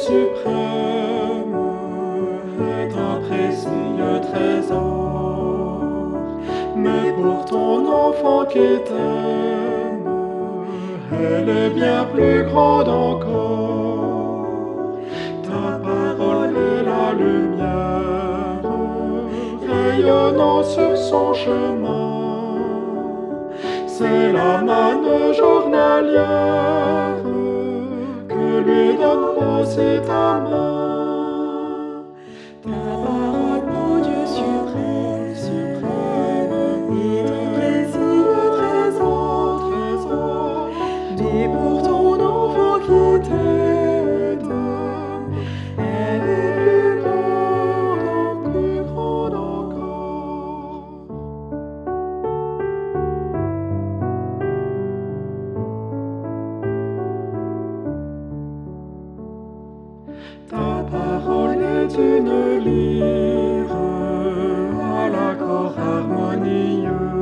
suprême est un précieux trésor. Mais pour ton enfant qui t'aime, elle est bien plus grande encore. Ta parole est la lumière, rayonnant sur son chemin. C'est la manne journalière que lui donne aussi ta main. Ta parole, mon Dieu suprême, est un précieux trésor. Mais pour ton enfant qui t'aime, elle est plus grande encore. Ta parole est une lyre à l'accord harmonieux,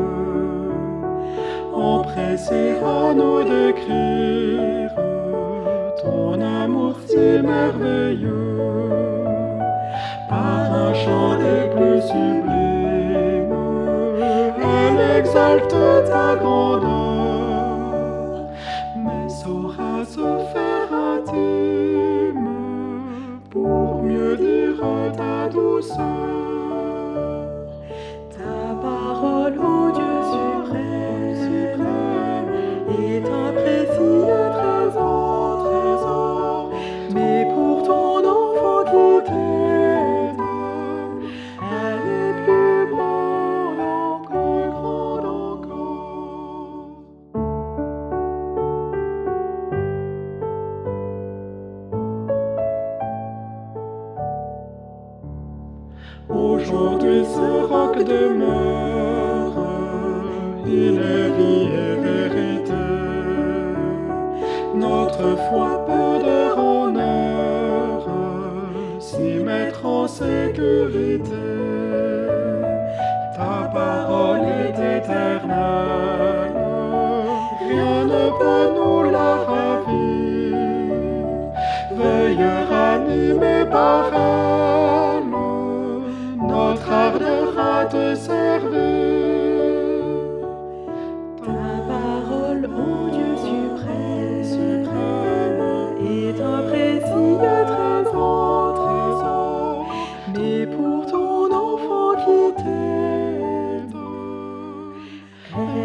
empressée à nous décrire ton amour si merveilleux. Par un chant des plus sublimes, elle exalte ta grandeur, mais saura se faire intime pour mieux dire ta douceur. Ta parole, ô Dieu suprême, est un précieux trésor. Mais pour ton enfant qui t'aime, elle est plus grande encore. Aujourd'hui ce roc demeure, il est vie et vérité. Notre foi peut d'heure en heure s'y mettre en sécurité. Ta parole est éternelle, rien ne peut nous la ravir. Veuille ranimer par elle notre ardeur à te servir. Ta parole, ô Dieu suprême, est un précieux trésor. Mais pour ton enfant qui t'aime,